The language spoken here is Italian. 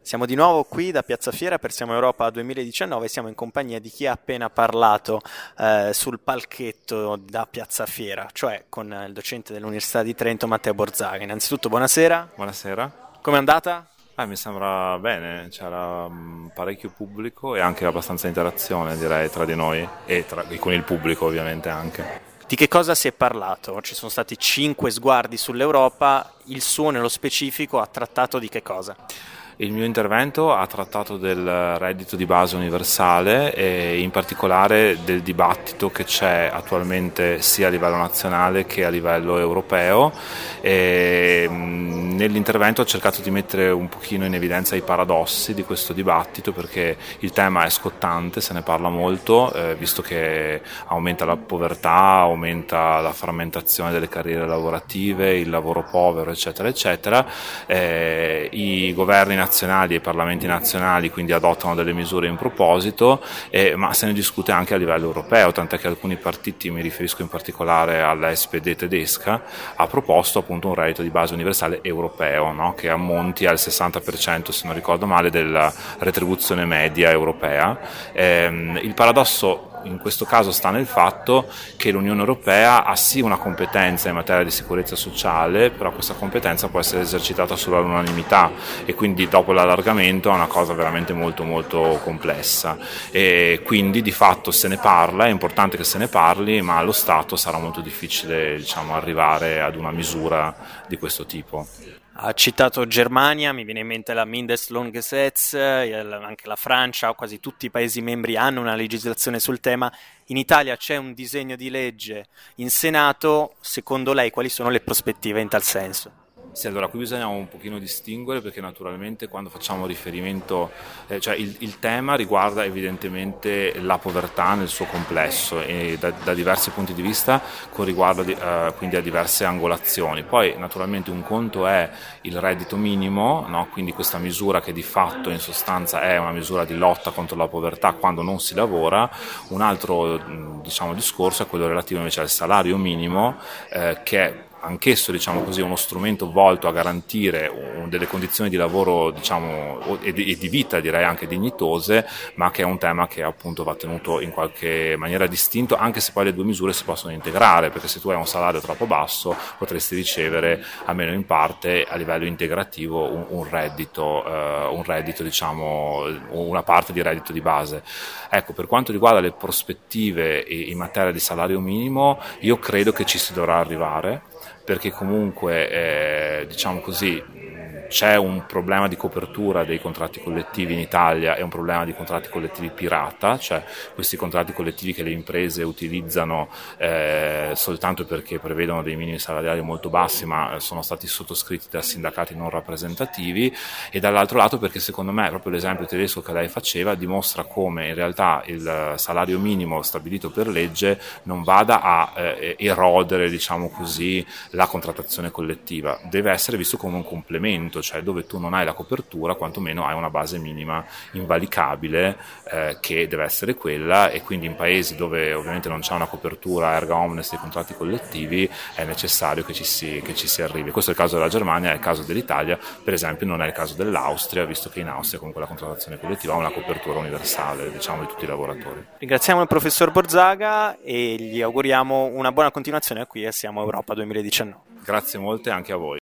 Siamo di nuovo qui da Piazza Fiera per Siamo Europa 2019 e siamo in compagnia di chi ha appena parlato sul palchetto da Piazza Fiera, cioè con il docente dell'Università di Trento Matteo Borzaga. Innanzitutto buonasera, Buonasera. com'è andata? Mi sembra bene, c'era parecchio pubblico e anche abbastanza interazione, direi, tra di noi e con il pubblico ovviamente anche. Di che cosa si è parlato? Ci sono stati 5 sguardi sull'Europa, il suo nello specifico ha trattato di che cosa? Il mio intervento ha trattato del reddito di base universale e in particolare del dibattito che c'è attualmente sia a livello nazionale che a livello europeo. Nell'intervento ho cercato di mettere un pochino in evidenza i paradossi di questo dibattito, perché il tema è scottante, se ne parla molto, visto che aumenta la povertà, aumenta la frammentazione delle carriere lavorative, il lavoro povero, eccetera, eccetera. I governi nazionali e i parlamenti nazionali quindi adottano delle misure in proposito, ma se ne discute anche a livello europeo, tant'è che alcuni partiti, mi riferisco in particolare alla SPD tedesca, ha proposto appunto un reddito di base universale europeo, no? Che ammonti al 60%, se non ricordo male, della retribuzione media europea. Il paradosso in questo caso sta nel fatto che l'Unione Europea ha sì una competenza in materia di sicurezza sociale, però questa competenza può essere esercitata solo all'unanimità e quindi dopo l'allargamento è una cosa veramente molto molto complessa, e quindi di fatto se ne parla, è importante che se ne parli, ma allo Stato sarà molto difficile, diciamo, arrivare ad una misura di questo tipo. Ha citato Germania, mi viene in mente la Mindestlohngesetz, anche la Francia, quasi tutti i Paesi membri hanno una legislazione sul tema. In Italia c'è un disegno di legge in Senato, secondo lei quali sono le prospettive in tal senso? Sì, allora qui bisogna un pochino distinguere, perché naturalmente quando facciamo riferimento, cioè il tema riguarda evidentemente la povertà nel suo complesso e da diversi punti di vista, con riguardo quindi a diverse angolazioni. Poi naturalmente un conto è il reddito minimo, no? Quindi questa misura che di fatto in sostanza è una misura di lotta contro la povertà quando non si lavora. Un altro diciamo discorso è quello relativo invece al salario minimo, che è anch'esso, diciamo così, uno strumento volto a garantire delle condizioni di lavoro, diciamo, e di vita, direi anche dignitose, ma che è un tema che appunto va tenuto in qualche maniera distinto, anche se poi le due misure si possono integrare, perché se tu hai un salario troppo basso potresti ricevere, almeno in parte, a livello integrativo un reddito, diciamo, una parte di reddito di base. Ecco, per quanto riguarda le prospettive in materia di salario minimo, io credo che ci si dovrà arrivare, perché comunque diciamo così c'è un problema di copertura dei contratti collettivi in Italia e un problema di contratti collettivi pirata, cioè questi contratti collettivi che le imprese utilizzano soltanto perché prevedono dei minimi salariali molto bassi, ma sono stati sottoscritti da sindacati non rappresentativi, e dall'altro lato perché secondo me proprio l'esempio tedesco che lei faceva dimostra come in realtà il salario minimo stabilito per legge non vada a erodere, diciamo così, la contrattazione collettiva, deve essere visto come un complemento, cioè dove tu non hai la copertura quantomeno hai una base minima invalicabile, che deve essere quella, e quindi in paesi dove ovviamente non c'è una copertura erga omnes dei contratti collettivi è necessario che ci si arrivi. Questo è il caso della Germania, è il caso dell'Italia, per esempio non è il caso dell'Austria, visto che in Austria comunque la contrattazione collettiva ha una copertura universale, diciamo, di tutti i lavoratori. Ringraziamo il professor Borzaga e gli auguriamo una buona continuazione qui a Siamo Europa 2019. Grazie molte anche a voi.